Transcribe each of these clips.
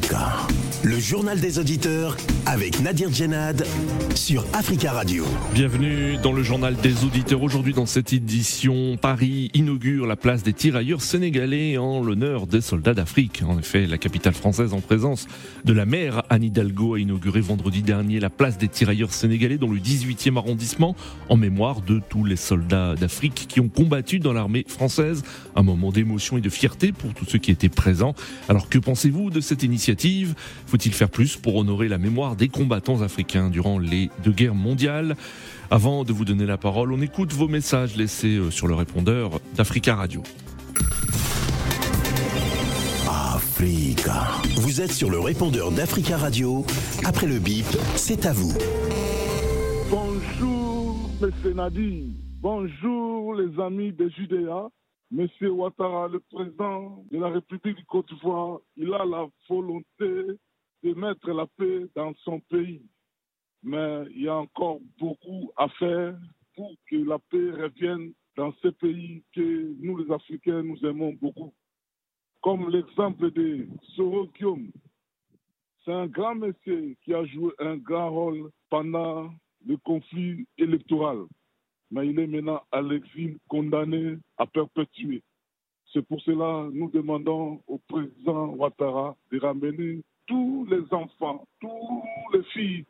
Africa, le journal des auditeurs avec Nadir Djenad sur Africa Radio. Bienvenue dans le journal des auditeurs. Aujourd'hui dans cette édition, Paris inaugure la place des tirailleurs sénégalais en l'honneur des soldats d'Afrique. En effet, la capitale française en présence de la maire Anne Hidalgo a inauguré vendredi dernier la place des tirailleurs sénégalais dans le 18e arrondissement en mémoire de tous les soldats d'Afrique qui ont combattu dans l'armée française. Un moment d'émotion et de fierté pour tous ceux qui étaient présents. Alors que pensez-vous de cette initiative ? Faut-il faire plus pour honorer la mémoire des combattants africains durant les deux guerres mondiales ? Avant de vous donner la parole, on écoute vos messages laissés sur le répondeur d'Africa Radio. Africa. Vous êtes sur le répondeur d'Africa Radio. Après le bip, c'est à vous. Bonjour, M. Nadi. Bonjour, les amis de Judéa. M. Ouattara, le président de la République du Côte d'Ivoire, il a la volonté de mettre la paix dans son pays. Mais il y a encore beaucoup à faire pour que la paix revienne dans ce pays que nous, les Africains, nous aimons beaucoup. Comme l'exemple de Soro Guillaume. C'est un grand monsieur qui a joué un grand rôle pendant le conflit électoral. Mais il est maintenant à l'exil, condamné à perpétuer. C'est pour cela que nous demandons au président Ouattara de ramener tous les enfants, toutes les filles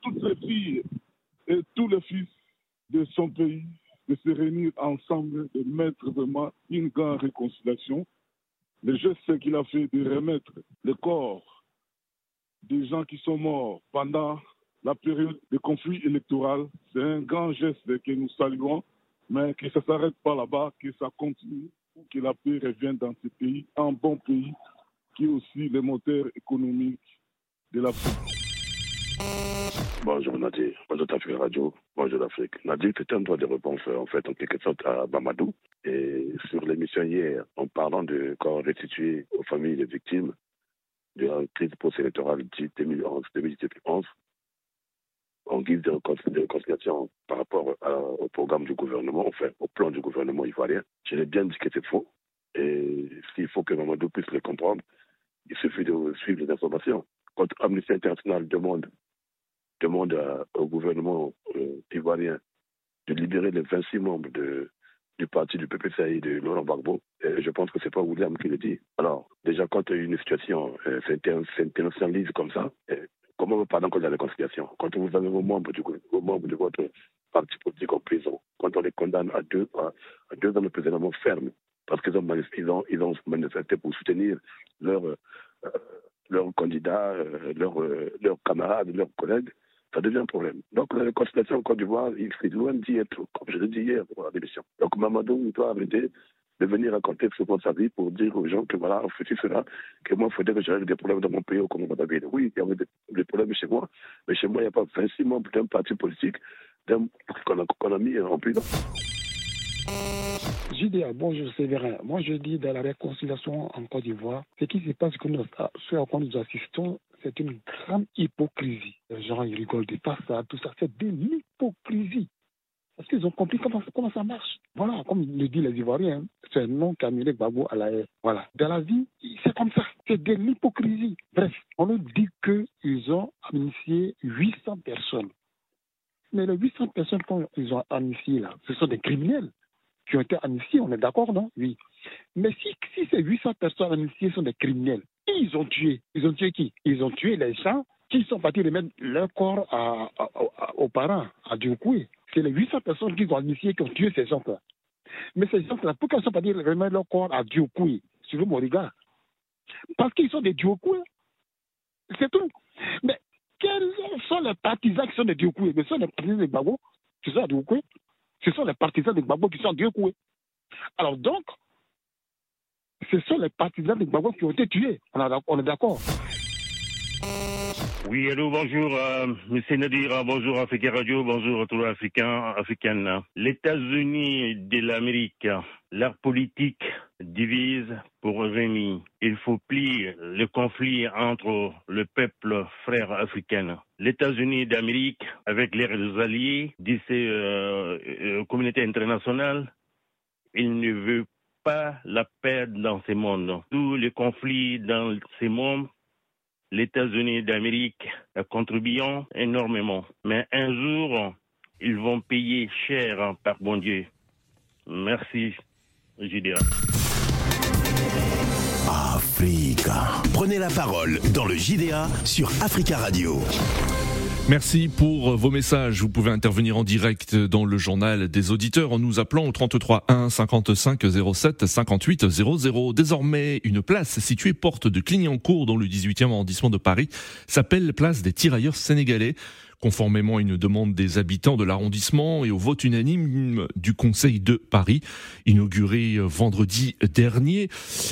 et tous les fils de son pays, de se réunir ensemble, de mettre vraiment une grande réconciliation. Le geste qu'il a fait de remettre le corps des gens qui sont morts pendant la période de conflit électoral, c'est un grand geste que nous saluons, mais que ça ne s'arrête pas là-bas, que ça continue pour que la paix revienne dans ce pays, un bon pays qui est aussi le moteur économique de l'Afrique. Bonjour Nadir, bonjour Africa Radio, bonjour l'Afrique. Nadir, c'est un droit de réponse en quelque sorte à Mamadou. Et sur l'émission hier, en parlant de corps restitués aux familles des victimes de la crise post-électorale de 2011, en guise de réconciliation par rapport au programme du gouvernement, au plan du gouvernement ivoirien, je l'ai bien dit que c'est faux. Et s'il faut que Mamadou puisse le comprendre, il suffit de suivre les informations. Quand Amnesty International demande au gouvernement ivoirien de libérer les 26 membres du parti du PPCI de Laurent Gbagbo, je pense que c'est pas William qui le dit. Alors, déjà, quand une situation s'internationalise comme ça, comment on parle encore de la réconciliation ? Quand vous avez vos membres de votre parti politique en prison, quand on les condamne à 2 ans de prisonnement ferme, parce qu'ils ont manifesté pour soutenir leurs candidats, leurs camarades, leurs collègues, ça devient un problème. Donc la réconciliation en Côte d'Ivoire, il est loin d'y être, comme je l'ai dit hier pour la démission. Donc Mamadou, il doit arrêter de venir raconter ce qu'on sa vie pour dire aux gens que voilà, on fait cela, que moi, il faudrait que j'arrête des problèmes dans mon pays au Congo-Brazzaville. Oui, il y avait des problèmes chez moi, mais chez moi, il n'y a pas 26 membres d'un parti politique qu'on a mis en prison. JDA, bonjour Séverin. Moi je dis dans la réconciliation en Côte d'Ivoire, ce qui se passe, ce à quoi nous assistons, c'est une grande hypocrisie. Les gens ils rigolent de pas ça, tout ça, c'est de l'hypocrisie. Parce qu'ils ont compris comment ça marche. Voilà, comme le disent les Ivoiriens, c'est un nom qu'a mis Gbagbo à la haie. Voilà. Dans la vie, c'est comme ça. C'est de l'hypocrisie. Bref, on nous dit qu'ils ont initié 800 personnes. Mais les 800 personnes qu'ils ont initiées là, ce sont des criminels qui ont été amnistiés, on est d'accord, non? Oui. Mais si ces 800 personnes amnistiées sont des criminels, ils ont tué. Ils ont tué qui? Ils ont tué les gens qui sont partis remettre leur corps aux parents, à Dioukoué. C'est les 800 personnes qui ont amnistié qui ont tué ces gens-là. Mais ces gens-là, pourquoi ils sont partis remettre leur corps à Dioukoué? Suivez mon regard. Parce qu'ils sont des Dioukoué. C'est tout. Mais quels sont les partisans qui sont des Dioukoué? Mais ce sont les partisans de Gbagbo qui sont à Dioukoué. Ce sont les partisans de Gbagbo qui sont à Dioukoué. Alors donc, ce sont les partisans de Gbagbo qui ont été tués. On est d'accord. Oui, allô, bonjour, M. Nadir, bonjour Africa Radio, bonjour à tous les Africains, Africaines. Les États-Unis de l'Amérique, leur politique divise pour Rémi. Il faut plier le conflit entre le peuple frère africain. Les États-Unis d'Amérique, avec leurs alliés de ces communautés internationales, ils ne veulent pas la paix dans ce monde. Tous les conflits dans ce monde les États-Unis d'Amérique contribuent énormément. Mais un jour, ils vont payer cher par bon Dieu. Merci, JDA. Africa. Prenez la parole dans le JDA sur Africa Radio. Merci pour vos messages. Vous pouvez intervenir en direct dans le journal des auditeurs en nous appelant au 33 1 55 07 58 00. Désormais, une place située porte de Clignancourt dans le 18e arrondissement de Paris s'appelle place des tirailleurs sénégalais. Conformément à une demande des habitants de l'arrondissement et au vote unanime du Conseil de Paris, inauguré vendredi dernier,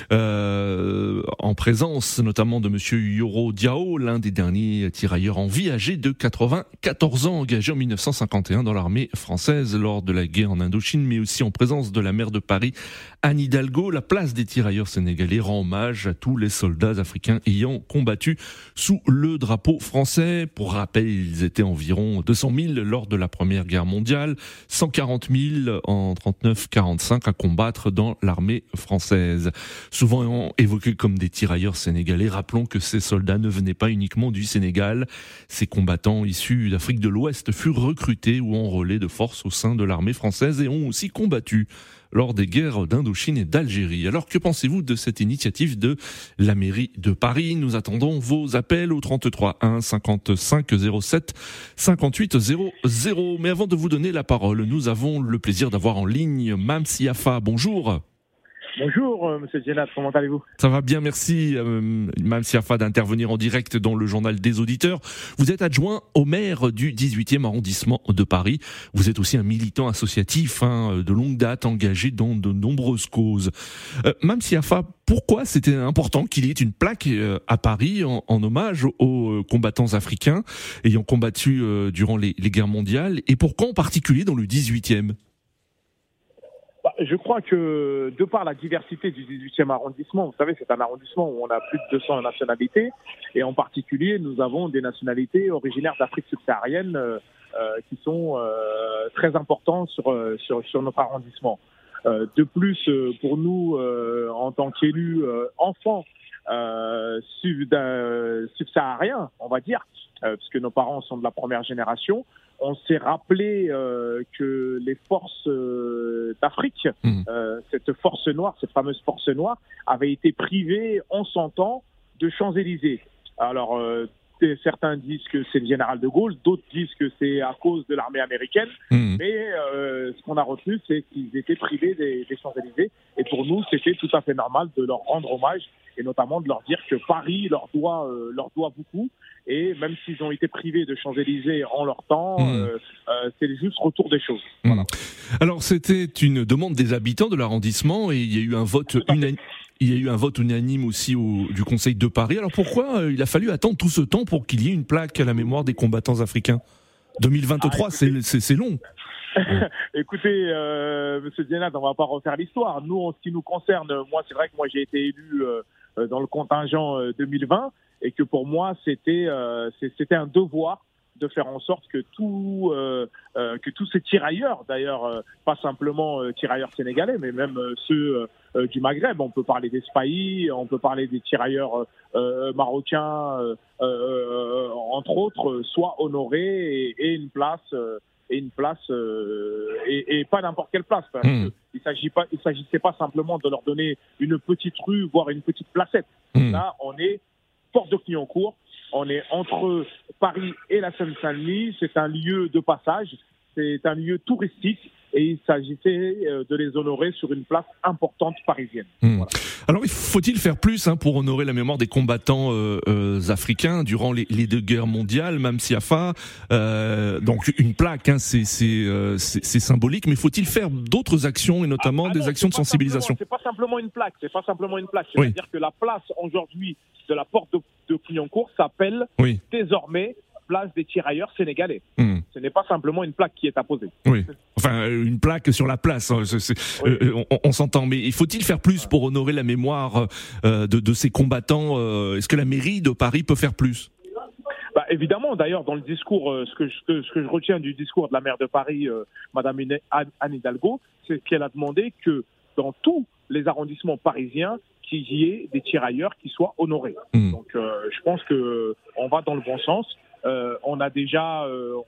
en présence notamment de monsieur Yoro Diao, l'un des derniers tirailleurs en vie, âgé de 94 ans, engagé en 1951 dans l'armée française lors de la guerre en Indochine, mais aussi en présence de la maire de Paris, Anne Hidalgo. La place des tirailleurs sénégalais rend hommage à tous les soldats africains ayant combattu sous le drapeau français. Pour rappel, ils étaient environ 200 000 lors de la Première Guerre mondiale, 140 000 en 39-45 à combattre dans l'armée française. Souvent évoqués comme des tirailleurs sénégalais, rappelons que ces soldats ne venaient pas uniquement du Sénégal. Ces combattants issus d'Afrique de l'Ouest furent recrutés ou enrôlés de force au sein de l'armée française et ont aussi combattu lors des guerres d'Indochine et d'Algérie. Alors que pensez-vous de cette initiative de la mairie de Paris ? Nous attendons vos appels au 33 1 55 07 58 00. Mais avant de vous donner la parole, nous avons le plaisir d'avoir en ligne Mame Siafa. Bonjour. Bonjour, monsieur Djenad, comment allez-vous ? Ça va bien, merci, Mame Siafa, d'intervenir en direct dans le journal des auditeurs. Vous êtes adjoint au maire du 18e arrondissement de Paris. Vous êtes aussi un militant associatif de longue date, engagé dans de nombreuses causes. Mame Siafa, pourquoi c'était important qu'il y ait une plaque à Paris en hommage aux combattants africains ayant combattu durant les guerres mondiales, et pourquoi en particulier dans le 18e ? Je crois que, de par la diversité du 18e arrondissement, vous savez, c'est un arrondissement où on a plus de 200 nationalités, et en particulier, nous avons des nationalités originaires d'Afrique subsaharienne qui sont très importantes sur notre arrondissement. De plus, pour nous, en tant qu'élus enfants subsahariens, on va dire, puisque nos parents sont de la première génération, on s'est rappelé que les forces d'Afrique, cette force noire, cette fameuse force noire, avait été privée en son temps de Champs-Élysées. Alors, certains disent que c'est le général de Gaulle, d'autres disent que c'est à cause de l'armée américaine, mais ce qu'on a retenu, c'est qu'ils étaient privés des Champs-Élysées, et pour nous, c'était tout à fait normal de leur rendre hommage, et notamment de leur dire que Paris leur doit beaucoup, et même s'ils ont été privés de Champs-Élysées en leur temps, c'est juste retour des choses. Voilà. Alors, c'était une demande des habitants de l'arrondissement, et il y a eu un vote unanime aussi du Conseil de Paris. Alors pourquoi il a fallu attendre tout ce temps pour qu'il y ait une plaque à la mémoire des combattants africains ? 2023, c'est long. Écoutez, monsieur Djenad, on va pas refaire l'histoire. Nous, en ce qui nous concerne, moi, c'est vrai que j'ai été élu dans le contingent 2020, et que pour moi, c'était un devoir de faire en sorte que tous ces tirailleurs, d'ailleurs, pas simplement tirailleurs sénégalais, mais même ceux du Maghreb, on peut parler des Spahis, on peut parler des tirailleurs marocains, entre autres, soient honorés et une place, et pas n'importe quelle place. Parce que il s'agissait pas simplement de leur donner une petite rue, voire une petite placette. Là, on est porte de Clignancourt. On est entre Paris et la Seine-Saint-Denis. C'est un lieu de passage, c'est un lieu touristique, et il s'agissait de les honorer sur une place importante parisienne. Voilà. Alors, faut-il faire plus pour honorer la mémoire des combattants africains durant les deux guerres mondiales, Mame Siafa ? Donc une plaque, c'est symbolique, mais faut-il faire d'autres actions, et notamment des actions de sensibilisation ? C'est pas simplement une plaque. C'est-à-dire que la place aujourd'hui de la porte de Clignancourt s'appelle désormais place des tirailleurs sénégalais. Ce n'est pas simplement une plaque qui est apposée. Oui. Enfin, une plaque sur la place, on s'entend. Mais faut-il faire plus pour honorer la mémoire de ces combattants ? Est-ce que la mairie de Paris peut faire plus ? Évidemment, d'ailleurs, dans le discours, ce que je retiens du discours de la maire de Paris, Madame Anne Hidalgo, c'est qu'elle a demandé que dans tous les arrondissements parisiens, qu'il y ait des tirailleurs qui soient honorés. Donc, je pense que on va dans le bon sens. On a déjà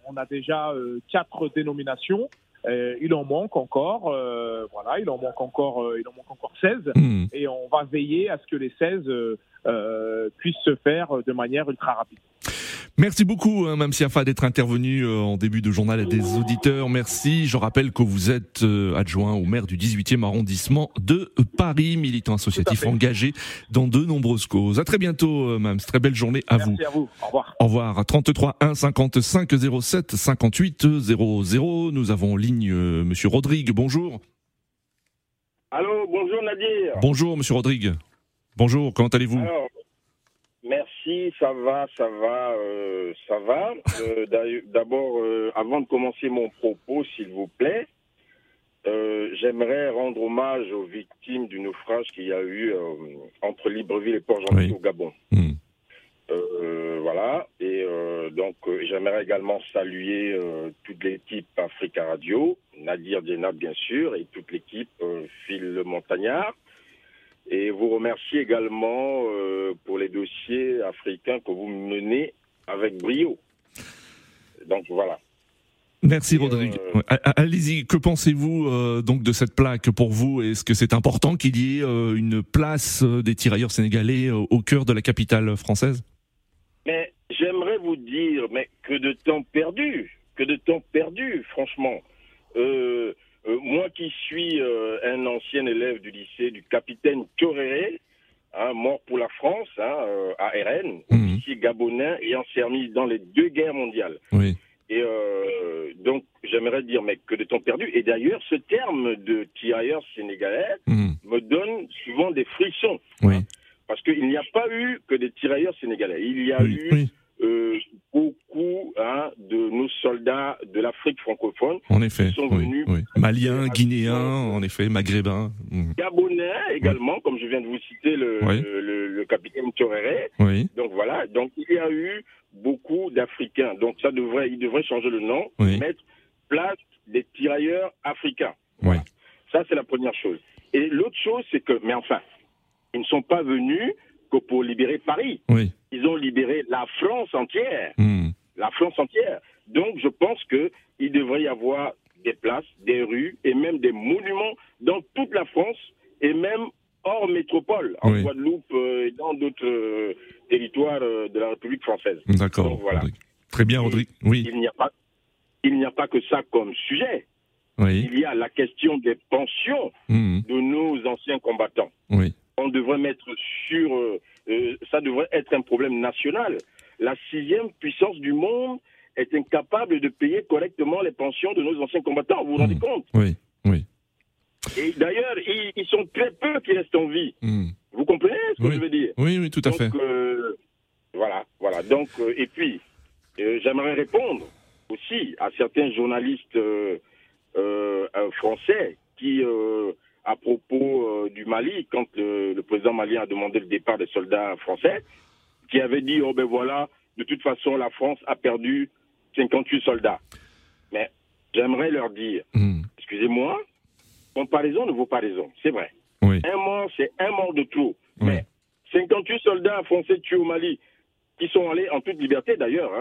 4 dénominations. Il en manque encore, il en manque encore 16, et on va veiller à ce que les 16 puissent se faire de manière ultra rapide. Merci beaucoup, Mme Siafa, d'être intervenu en début de journal des auditeurs. Merci. Je rappelle que vous êtes adjoint au maire du 18e arrondissement de Paris, militant associatif engagé dans de nombreuses causes. À très bientôt, Mme. Très belle journée à vous. Merci à vous. Au revoir. Au revoir. 33 1 55 07 58 00. Nous avons en ligne Monsieur Rodrigue. Bonjour. Allô, bonjour Nadir. Bonjour, Monsieur Rodrigue. Bonjour, comment allez-vous? Alors, merci, ça va. D'abord, avant de commencer mon propos, s'il vous plaît, j'aimerais rendre hommage aux victimes du naufrage qu'il y a eu entre Libreville et Port-Gentil au Gabon. Voilà, et donc j'aimerais également saluer toute l'équipe Africa Radio, Nadir Djenab bien sûr, et toute l'équipe Phil Montagnard. Et vous remercier également pour les dossiers africains que vous menez avec brio. Donc voilà. Merci Rodrigue. Allez-y, que pensez-vous donc de cette plaque pour vous? Est-ce que c'est important qu'il y ait une place des tirailleurs sénégalais au cœur de la capitale française? Mais j'aimerais vous dire, mais que de temps perdu, franchement. Moi qui suis un ancien élève du lycée du capitaine Toréré, mort pour la France, à RN, officier gabonais ayant servi dans les 2 guerres mondiales. Oui. Et donc j'aimerais dire, mais que de temps perdu. Et d'ailleurs, ce terme de tirailleur sénégalais me donne souvent des frissons. Oui. Parce qu'il n'y a pas eu que des tirailleurs sénégalais. Il y a eu beaucoup de nos soldats de l'Afrique francophone qui sont venus. Maliens, Guinéens, en effet, Maghrébins. Gabonais également, comme je viens de vous citer le capitaine Toréré. Donc voilà, donc il y a eu beaucoup d'Africains. Donc il devrait changer le nom, mettre place des tirailleurs africains. Voilà. Ça, c'est la première chose. Et l'autre chose, c'est que, mais enfin, ils ne sont pas venus que pour libérer Paris. Ils ont libéré la France entière. La France entière. Donc, je pense qu'il devrait y avoir des places, des rues et même des monuments dans toute la France et même hors métropole, en Guadeloupe et dans d'autres territoires de la République française. D'accord. Donc, voilà. Très bien, Rodrigue. Oui. Il n'y a pas que ça comme sujet. Il y a la question des pensions de nos anciens combattants. On devrait mettre ça devrait être un problème national. La 6e puissance du monde est incapable de payer correctement les pensions de nos anciens combattants. Vous vous rendez compte? Oui. Et d'ailleurs, ils sont très peu qui restent en vie. Vous comprenez ce que je veux dire? Oui, tout à fait. Voilà. Donc, et puis, j'aimerais répondre aussi à certains journalistes français qui... à propos du Mali, quand le président malien a demandé le départ des soldats français, qui avait dit, de toute façon, la France a perdu 58 soldats. Mais j'aimerais leur dire, excusez-moi, comparaison ne vaut pas raison, c'est vrai. Un mort, c'est un mort de trop. Mais 58 soldats français tués au Mali, qui sont allés en toute liberté d'ailleurs,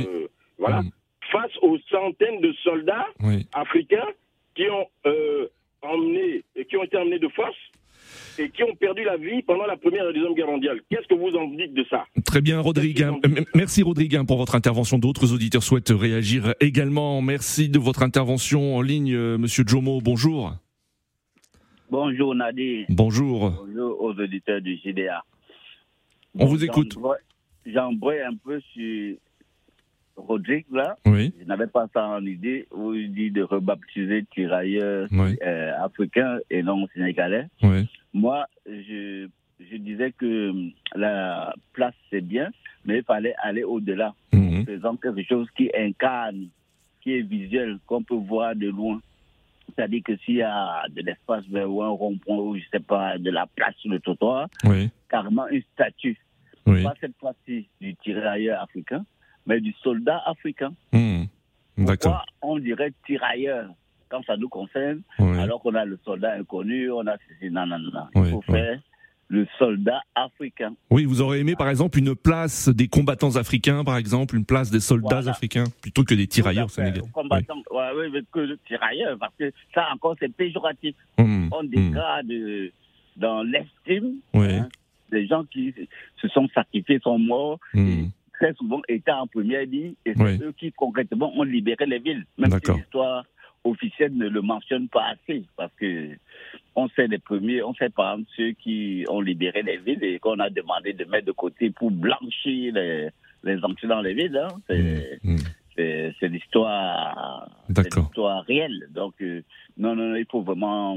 face aux centaines de soldats africains qui ont... qui ont été emmenés de force et qui ont perdu la vie pendant la Première et la Deuxième Guerre mondiale. Qu'est-ce que vous en dites de ça? Très bien, Rodrigue. Merci, Rodrigue, pour votre intervention. D'autres auditeurs souhaitent réagir également. Merci de votre intervention en ligne. Monsieur Djomo, bonjour. Bonjour, Nadir. Bonjour. Bonjour aux auditeurs du JDA. On vous écoute. J'embraye un peu sur Rodrigue, là. Je n'avais pas ça en idée, où il dit de rebaptiser tirailleurs africains et non sénégalais. Moi, je disais que la place, c'est bien, mais il fallait aller au-delà, en faisant quelque chose qui incarne, qui est visuel, qu'on peut voir de loin. C'est-à-dire que s'il y a de l'espace vers un rond-point ou, je ne sais pas, de la place sur le trottoir, carrément une statue. Pas cette fois-ci du tirailleur africain, mais du soldat africain. Pourquoi on dirait tirailleur quand ça nous concerne, alors qu'on a le soldat inconnu, on a ceci, non. Il faut faire le soldat africain. Oui, vous aurez aimé par exemple une place des combattants africains, par exemple, une place des soldats africains, plutôt que des tirailleurs sénégalais. Combattants, oui, que des tirailleurs, parce que ça encore c'est péjoratif. On dégrade dans l'estime des gens qui se sont sacrifiés, sont morts, et très souvent étaient en première ligne, et c'est eux qui concrètement ont libéré les villes, même si l'histoire officielle ne le mentionne pas assez, parce que on sait les premiers, on sait par exemple ceux qui ont libéré les villes et qu'on a demandé de mettre de côté pour blanchir les entrées dans les villes. Hein. C'est l'histoire, réelle. Donc non, il faut vraiment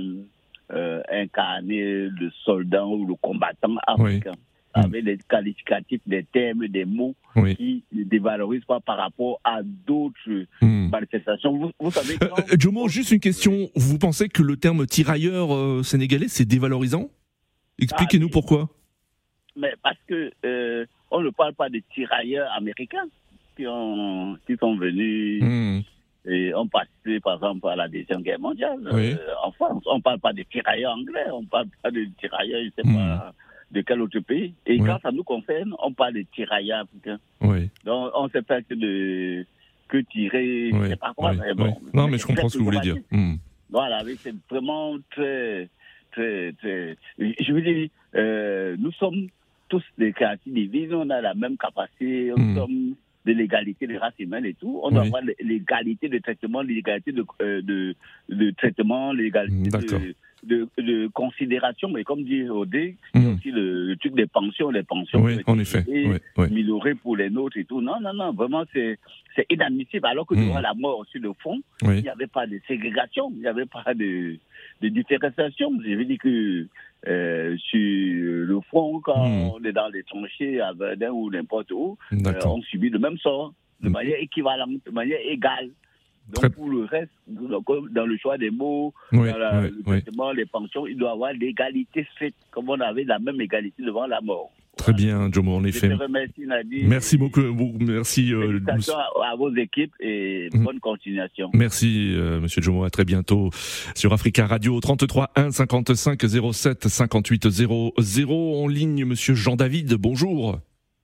incarner le soldat ou le combattant africain. Avec des qualificatifs, des termes, des mots qui ne dévalorisent pas par rapport à d'autres manifestations. Vous savez Jomo, juste une question. Vous pensez que le terme tirailleur sénégalais, c'est dévalorisant ? Expliquez-nous pourquoi. Mais parce que on ne parle pas de tirailleurs américains qui sont venus et ont participé, par exemple, à la Deuxième Guerre mondiale. En France, on ne parle pas de tirailleurs anglais, on ne parle pas de tirailleurs, je ne sais pas de quel autre pays. Et quand ça nous concerne, on parle de tirailleurs africains. Donc, on ne sait pas que tirer, je ne sais pas quoi. Non, mais je comprends ce que vous voulez dire. Voilà, c'est vraiment très, très, très... Je veux dire, nous sommes tous des créatures divines, on a la même capacité, nous sommes de l'égalité des races humaines et tout. On doit avoir l'égalité de traitement, l'égalité de traitement, l'égalité de considération. Mais comme dit Odé, il y a aussi le truc des pensions. Les pensions en effet. minorées pour les nôtres et tout. Non, vraiment, c'est inadmissible. Alors que devant la mort sur le fond, il n'y avait pas de ségrégation, il n'y avait pas de différenciation. Je veux dire que sur le front, quand on est dans les tranchées à Verdun ou n'importe où, on subit le même sort, de manière équivalente, de manière égale. Donc pour le reste, dans le choix des mots, dans le traitement, les pensions, il doit y avoir l'égalité faite, comme on avait la même égalité devant la mort. Très bien, Jomo, en effet. Je te remercie, Nadir. Merci beaucoup. Merci. Félicitations à vos équipes et bonne continuation. Merci, Monsieur Jomo. À très bientôt sur Africa Radio. 33 1 55 07 58 00. En ligne, Monsieur Jean-David. Bonjour.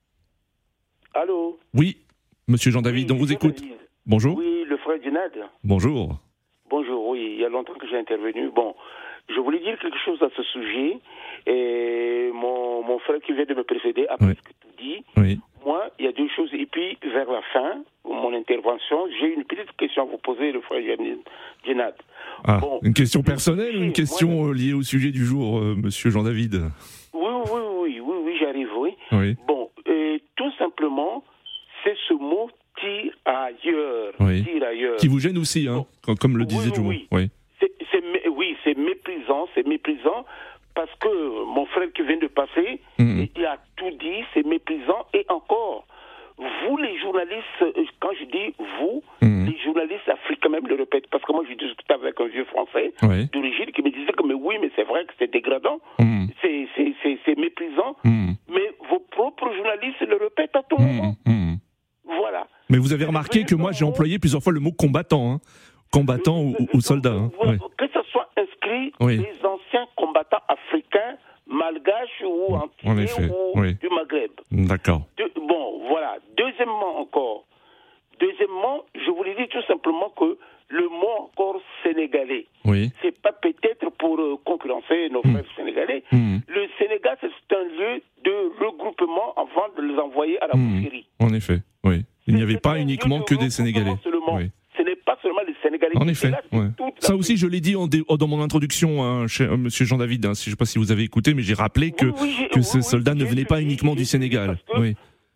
Allô. Oui, Monsieur Jean-David, on vous écoute. Bonjour. Oui, le frère Djinad. Bonjour. Bonjour, oui, il y a longtemps que j'ai intervenu. Bon, je voulais dire quelque chose à ce sujet. Et mon frère qui vient de me précéder a presque tout dit. Moi, il y a deux choses. Et puis, vers la fin de mon intervention, j'ai une petite question à vous poser, le frère Djinad. Une question personnelle ou une question liée au sujet du jour, Monsieur Jean-David ? Oui, j'arrive, oui. Bon, tout simplement, c'est ce mot tirailleur. Qui vous gêne aussi, hein, comme le disait Jomo. Oui. C'est méprisant parce que mon frère qui vient de passer, il a tout dit, c'est méprisant. Et encore, vous les journalistes, quand je dis vous, les journalistes africains même le répètent, parce que moi je discutais avec un vieux français d'origine qui me disait que mais c'est vrai que c'est dégradant, c'est méprisant, mais vos propres journalistes le répètent à tout moment. Voilà. Mais vous avez remarqué que moi j'ai employé plusieurs fois le mot combattant, combattant ou soldat. Que ce soit inscrit les anciens combattants africains, malgaches ou antillais ou du Maghreb. D'accord. Bon, voilà. Deuxièmement, je voulais dire tout simplement que le mot encore sénégalais, c'est pas peut-être pour concurrencer nos frères sénégalais. Le Sénégal, c'est un lieu de regroupement avant de les envoyer à la boucherie. En effet, oui. Il n'y avait pas uniquement que des Sénégalais. Ce n'est pas seulement les Sénégalais. En effet, ça aussi je l'ai dit dans mon introduction, Monsieur Jean-David, je ne sais pas si vous avez écouté, mais j'ai rappelé que ces soldats ne venaient pas uniquement du Sénégal. Pourquoi ?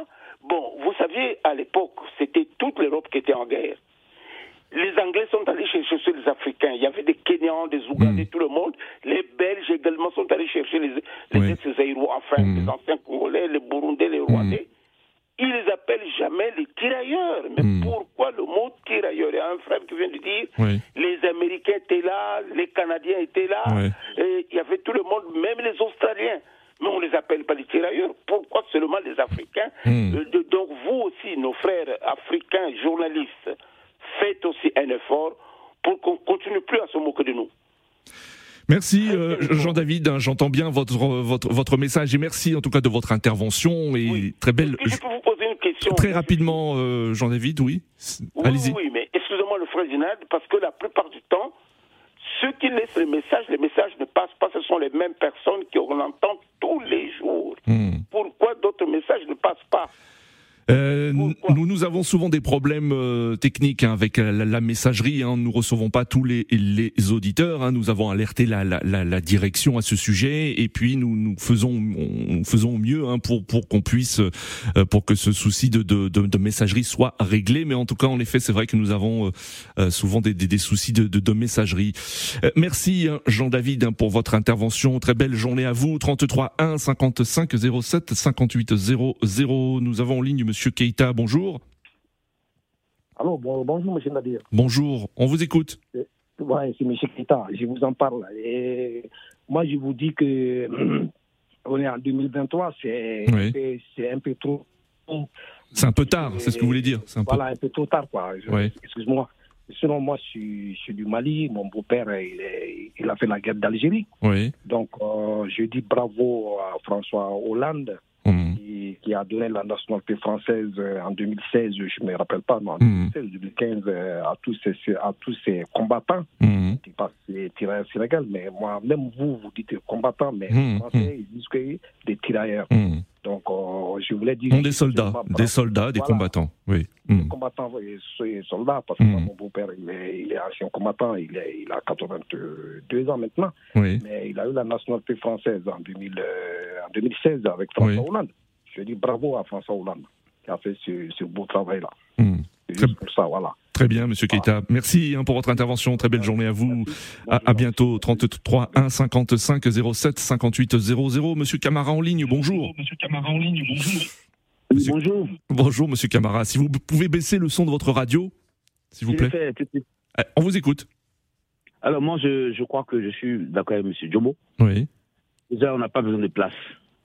Bon, vous saviez, à l'époque, c'était toute l'Europe qui était en guerre. Les Anglais sont allés chercher les Africains. Il y avait des Kenyans, des Ougandais, tout le monde. Les Belges également sont allés chercher les ex-Zaïrois, les anciens Congolais, les Burundais, les Rwandais. Ils les appellent jamais les tirailleurs. Mais pourquoi le mot tirailleur ? Il y a un frère qui vient de dire les Américains étaient là, les Canadiens étaient là, et il y avait tout le monde, même les Australiens. Mais on ne les appelle pas les tirailleurs. Pourquoi seulement les Africains ? Donc vous aussi, nos frères africains, journalistes, faites aussi un effort pour qu'on ne continue plus à se moquer de nous. Merci Jean-David, j'entends bien votre message et merci en tout cas de votre intervention et très belle. Je peux vous poser une question. Très rapidement, Jean-David, oui. Allez-y. Oui, mais excusez-moi le frère Zinad, parce que la plupart du temps, ceux qui laissent les messages ne passent pas, ce sont les mêmes personnes qu'on entend tous les jours. Pourquoi d'autres messages ne passent pas? Nous avons souvent des problèmes techniques avec la messagerie. Nous recevons pas tous les auditeurs. Nous avons alerté la direction à ce sujet et puis nous faisons au mieux pour qu'on puisse pour que ce souci de messagerie soit réglé. Mais en tout cas, en effet, c'est vrai que nous avons souvent des soucis de messagerie. Merci Jean-David pour votre intervention. Très belle journée à vous. 33 1 55 07 58 00. Nous avons en ligne Monsieur Keita, bonjour. Allô, bonjour Monsieur Nadir. Bonjour, on vous écoute. Ouais, c'est Monsieur Keita, je vous en parle. Et moi, je vous dis que on est en 2023, c'est un peu trop. C'est un peu tard, c'est ce que vous voulez dire. Un peu trop tard, quoi. Excuse-moi. Sinon, moi, je suis du Mali. Mon beau-père, il a fait la guerre d'Algérie. Oui. Donc, je dis bravo à François Hollande. Qui a donné la nationalité française en 2016, je ne me rappelle pas, mais en 2016, 2015, à tous ces combattants. Je ne dis pas les tirailleurs sénégalais, mais moi, même vous dites combattants, mais les Français, ils disent que des tirailleurs. Donc, je voulais dire... Des soldats, des combattants, oui. Des combattants et soldats, parce que mon beau-père, il est ancien combattant, il a 82 ans maintenant, mais il a eu la nationalité française en 2016 avec François Hollande. Je dis bravo à François Hollande qui a fait ce beau travail-là. C'est juste pour ça, voilà. Très bien, Monsieur Keita. Merci pour votre intervention. Très belle journée à vous. À bientôt. 33 1 55 07 58 00. Monsieur Camara en ligne, bonjour. Bonjour. Bonjour, Monsieur Camara. Si vous pouvez baisser le son de votre radio, s'il vous plaît. On vous écoute. Alors, moi, je crois que je suis d'accord avec Monsieur Djomo. Oui. Déjà, on n'a pas besoin de place.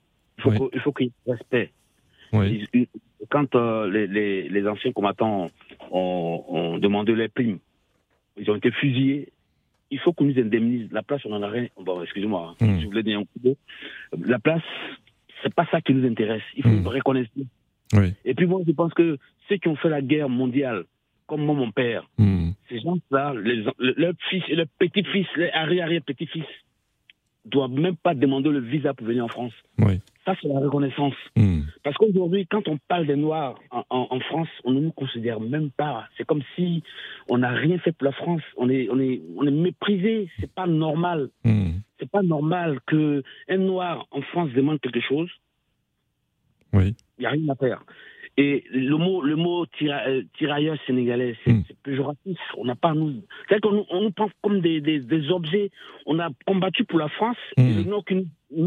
Il faut qu'il y ait respect. Oui. Quand les anciens combattants ont demandé les primes, ils ont été fusillés, il faut qu'on nous indemnise. La place, on n'en a rien. Bon, excusez-moi, je voulais dire un coup d'eau. La place, c'est pas ça qui nous intéresse. Il faut une reconnaissance. Oui. Et puis moi, je pense que ceux qui ont fait la guerre mondiale, comme moi, mon père, ces gens-là, leurs fils et leurs petits-fils, les arrière-petits-fils, doivent même pas demander le visa pour venir en France. Oui. Ça, c'est la reconnaissance. Parce qu'aujourd'hui, quand on parle des Noirs en France, on ne nous considère même pas. C'est comme si on n'a rien fait pour la France. On est méprisé. C'est pas normal. C'est pas normal qu'un Noir en France demande quelque chose. Oui. Il n'y a rien à faire. Et le mot tirailleur sénégalais, c'est péjoratif. On n'a pas nous. C'est qu'on nous prend comme des objets. On a combattu pour la France. Et le nom que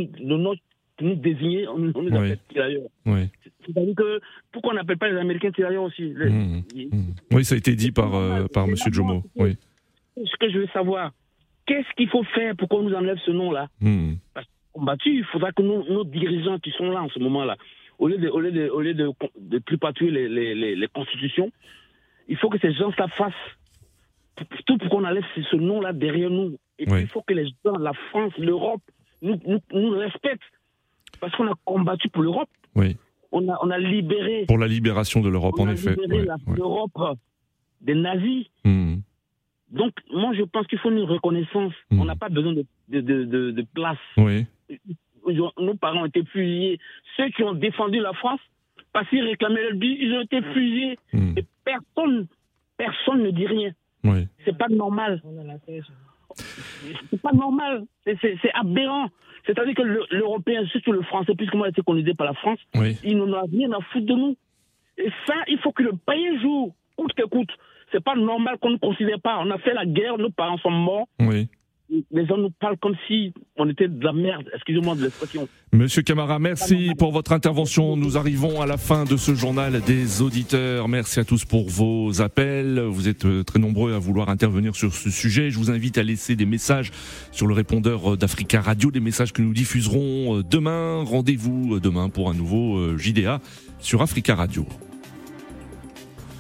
nous désignait, on nous appelle tirailleurs. Oui. C'est-à-dire que pourquoi on n'appelle pas les Américains tirailleurs aussi? Oui, ça a été dit par M. Djomo. Oui. Ce que je veux savoir, qu'est-ce qu'il faut faire pour qu'on nous enlève ce nom-là? Parce qu'on combattu, il faudra que nos dirigeants qui sont là en ce moment-là, au lieu de tripatouiller les constitutions, il faut que ces gens-là fassent tout pour qu'on enlève ce nom-là derrière nous. Et puis il faut que les gens, la France, l'Europe, nous respectent. Parce qu'on a combattu pour l'Europe. Oui. On a libéré... Pour la libération de l'Europe, en effet. On a libéré l'Europe des nazis. Donc, moi, je pense qu'il faut une reconnaissance. On n'a pas besoin de place. Oui. Nos parents ont été fusillés. Ceux qui ont défendu la France, parce qu'ils réclamaient leur but, ils ont été fusillés. Et personne ne dit rien. Oui. C'est pas normal. C'est pas normal. C'est aberrant. C'est-à-dire que l'Européen, surtout le Français, puisque moi j'ai été colonisé par la France, il n'en a rien à foutre de nous. Et ça, il faut que le pays joue, coûte que coûte. C'est pas normal qu'on ne considère pas. On a fait la guerre, nos parents sont morts. Oui. Les gens nous parlent comme si on était de la merde. Excusez-moi de l'expression. Monsieur Camara, merci pour votre intervention. Nous arrivons à la fin de ce journal des auditeurs. Merci à tous pour vos appels. Vous êtes très nombreux à vouloir intervenir sur ce sujet. Je vous invite à laisser des messages sur le répondeur d'Africa Radio, des messages que nous diffuserons demain. Rendez-vous demain pour un nouveau JDA sur Africa Radio.